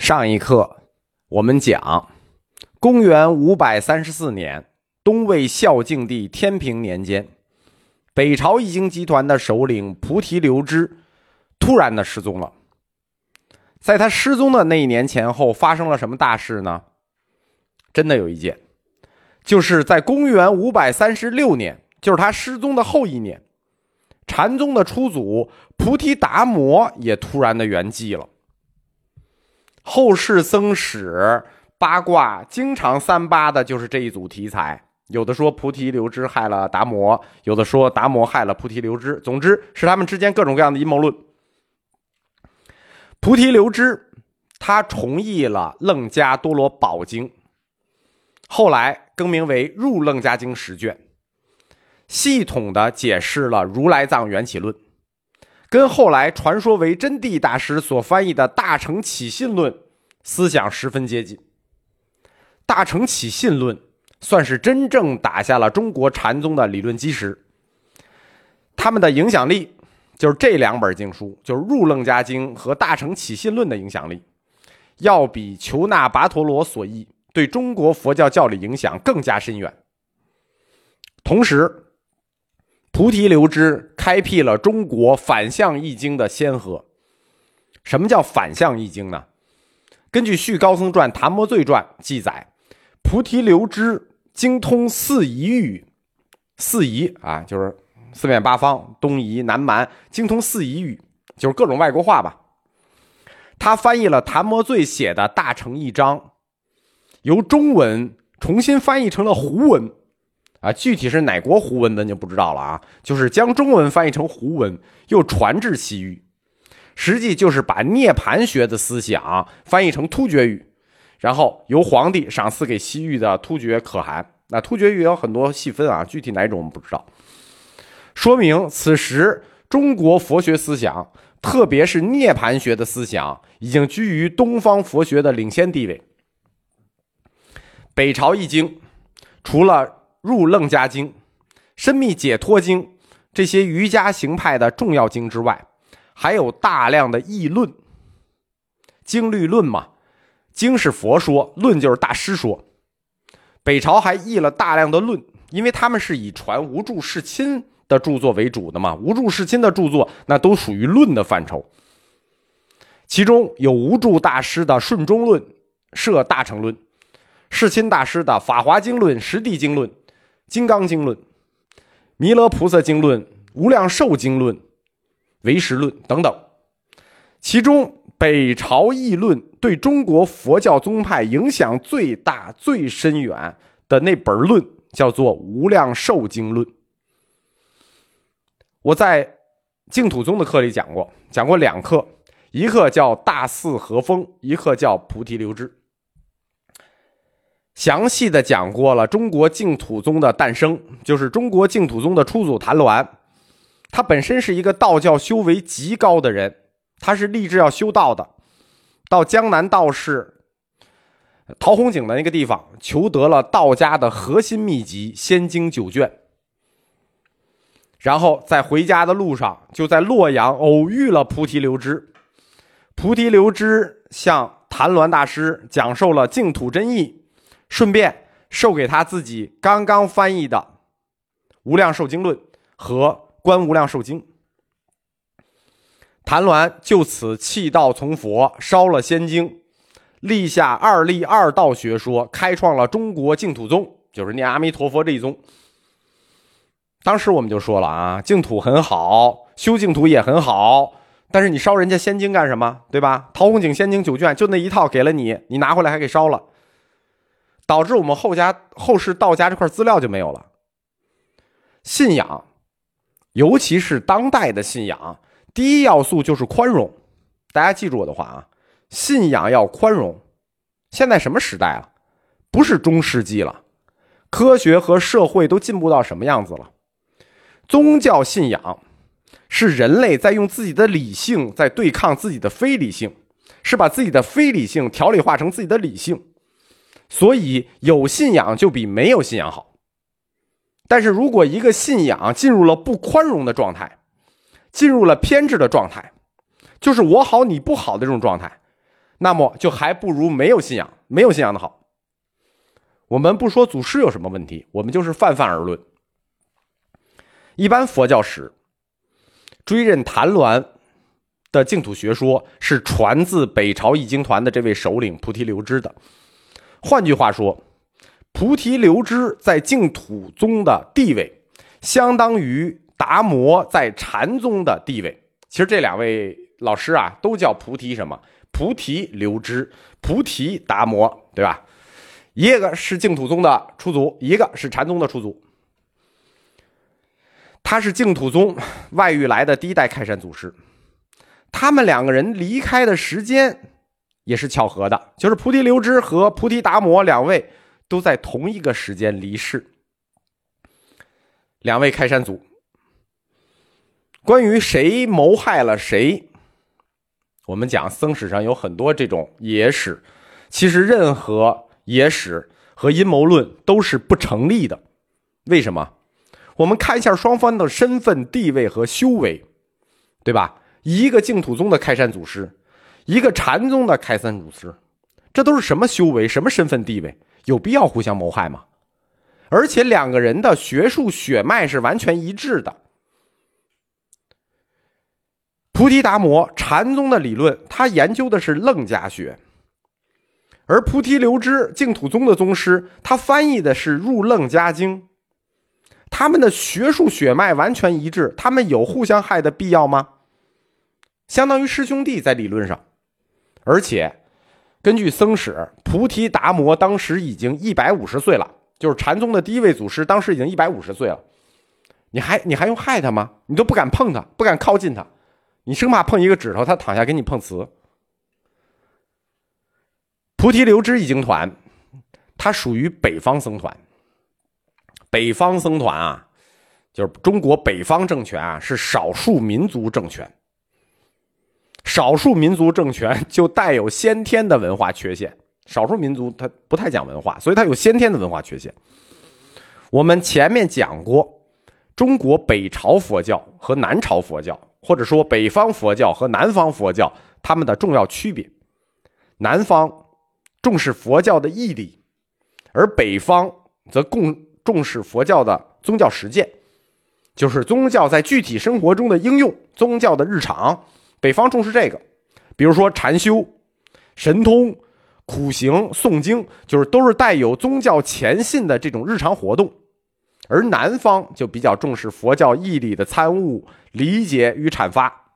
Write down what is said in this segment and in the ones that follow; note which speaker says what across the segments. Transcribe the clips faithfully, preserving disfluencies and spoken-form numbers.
Speaker 1: 上一课我们讲，公元五百三十四年，东魏孝静帝天平年间，北朝义经集团的首领菩提流支突然的失踪了。在他失踪的那一年前后，发生了什么大事呢？真的有一件，就是在公元五百三十六年，就是他失踪的后一年，禅宗的初祖菩提达摩也突然的圆寂了。后世僧史八卦经常三八的就是这一组题材，有的说菩提流支害了达摩，有的说达摩害了菩提流支，总之是他们之间各种各样的阴谋论。菩提流支他重译了楞伽多罗宝经，后来更名为入楞伽经十卷，系统的解释了如来藏缘起论，跟后来传说为真谛大师所翻译的大乘起信论思想十分接近。大乘起信论算是真正打下了中国禅宗的理论基石，他们的影响力，就是这两本经书，就是入楞伽经和大乘起信论的影响力，要比求那跋陀罗所译对中国佛教教理影响更加深远。同时，菩提流支开辟了中国反向译经的先河。什么叫反向译经呢？根据《续高僧传》《昙摩罪传》记载，菩提流支精通四夷语，四夷啊，就是四面八方，东夷、南蛮，精通四夷语，就是各种外国话吧。他翻译了昙摩罪写的大乘义章，由中文重新翻译成了胡文啊，具体是哪国胡文咱就不知道了啊，就是将中文翻译成胡文，又传至西域，实际就是把涅槃学的思想翻译成突厥语，然后由皇帝赏赐给西域的突厥可汗。那突厥语有很多细分啊，具体哪种我们不知道。说明此时中国佛学思想，特别是涅槃学的思想，已经居于东方佛学的领先地位。北朝易经除了入楞伽经、深密解脱经这些瑜伽行派的重要经之外，还有大量的义论。经律论嘛，经是佛说，论就是大师说。北朝还译了大量的论，因为他们是以传无著世亲的著作为主的嘛，无著世亲的著作那都属于论的范畴。其中有无著大师的顺中论、摄大乘论，世亲大师的法华经论、实地经论、金刚经论、弥勒菩萨经论、无量寿经论、唯识论等等。其中北朝义论对中国佛教宗派影响最大最深远的那本论叫做无量寿经论。我在净土宗的课里讲过，讲过两课，一课叫大寺和风，一课叫菩提流支，详细的讲过了中国净土宗的诞生，就是中国净土宗的初祖谭鸾。他本身是一个道教修为极高的人，他是立志要修道的，到江南道士陶弘景的那个地方，求得了道家的核心秘籍仙经九卷，然后在回家的路上，就在洛阳偶遇了菩提流支。菩提流支向谭鸾大师讲授了净土真义，顺便授给他自己刚刚翻译的无量寿经论和观无量寿经。谭鸾就此弃道从佛，烧了仙经，立下二立二道学说，开创了中国净土宗，就是念阿弥陀佛这一宗。当时我们就说了啊，净土很好，修净土也很好，但是你烧人家仙经干什么，对吧？陶弘景仙经九卷就那一套给了你，你拿回来还给烧了，导致我们后家后世道家这块资料就没有了。信仰，尤其是当代的信仰，第一要素就是宽容。大家记住我的话啊，信仰要宽容。现在什么时代了？不是中世纪了，科学和社会都进步到什么样子了？宗教信仰是人类在用自己的理性在对抗自己的非理性，是把自己的非理性条理化成自己的理性。所以有信仰就比没有信仰好。但是如果一个信仰进入了不宽容的状态，进入了偏执的状态，就是我好你不好的这种状态， 那么就还不如没有信仰，没有信仰的好。我们不说祖师有什么问题，我们就是泛泛而论。一般佛教史追认谭鸾的净土学说是传自北朝译经团的这位首领菩提流支的。换句话说，菩提流支在净土宗的地位相当于达摩在禅宗的地位。其实这两位老师啊都叫菩提什么？菩提流支、菩提达摩，对吧？一个是净土宗的出祖，一个是禅宗的出祖。他是净土宗外域来的第一代开山祖师。他们两个人离开的时间也是巧合的，就是菩提流支和菩提达摩两位都在同一个时间离世。两位开山祖，关于谁谋害了谁，我们讲僧史上有很多这种野史，其实任何野史和阴谋论都是不成立的。为什么？我们看一下双方的身份地位和修为，对吧？一个净土宗的开山祖师，一个禅宗的开山祖师，这都是什么修为，什么身份地位？有必要互相谋害吗？而且两个人的学术血脉是完全一致的。菩提达摩禅宗的理论，他研究的是楞伽学，而菩提流支净土宗的宗师，他翻译的是入楞伽经。他们的学术血脉完全一致，他们有互相害的必要吗？相当于师兄弟在理论上。而且根据僧史，菩提达摩当时已经一百五十岁了，就是禅宗的第一位祖师，当时已经一百五十岁了。你还你还用害他吗？你都不敢碰他，不敢靠近他，你生怕碰一个指头他躺下给你碰瓷。菩提流支译经团，它属于北方僧团。北方僧团啊，就是中国北方政权啊，是少数民族政权。少数民族政权就带有先天的文化缺陷，少数民族它不太讲文化，所以它有先天的文化缺陷。我们前面讲过，中国北朝佛教和南朝佛教，或者说北方佛教和南方佛教，它们的重要区别。南方重视佛教的义理，而北方则共重视佛教的宗教实践，就是宗教在具体生活中的应用，宗教的日常。北方重视这个，比如说禅修、神通、苦行、诵经，就是都是带有宗教虔信的这种日常活动。而南方就比较重视佛教义理的参悟、理解与阐发。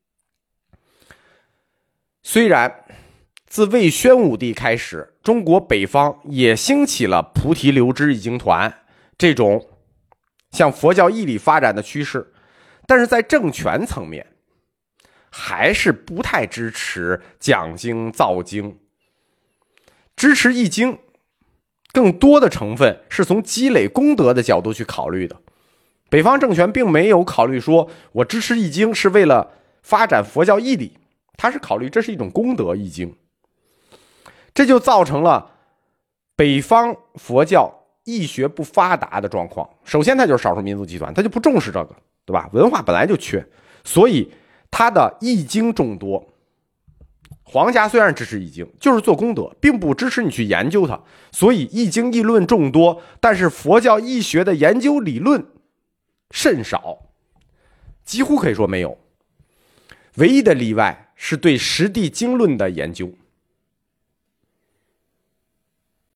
Speaker 1: 虽然自魏宣武帝开始，中国北方也兴起了菩提流支译经团这种向佛教义理发展的趋势，但是在政权层面还是不太支持讲经造经，支持译经更多的成分是从积累功德的角度去考虑的。北方政权并没有考虑说我支持译经是为了发展佛教义理，它是考虑这是一种功德译经。这就造成了北方佛教义学不发达的状况。首先它就是少数民族集团，它就不重视这个，对吧？文化本来就缺，所以它的译经众多。皇家虽然支持译经，就是做功德，并不支持你去研究它，所以译经议论众多，但是佛教义学的研究理论甚少，几乎可以说没有。唯一的例外是对实地经论的研究。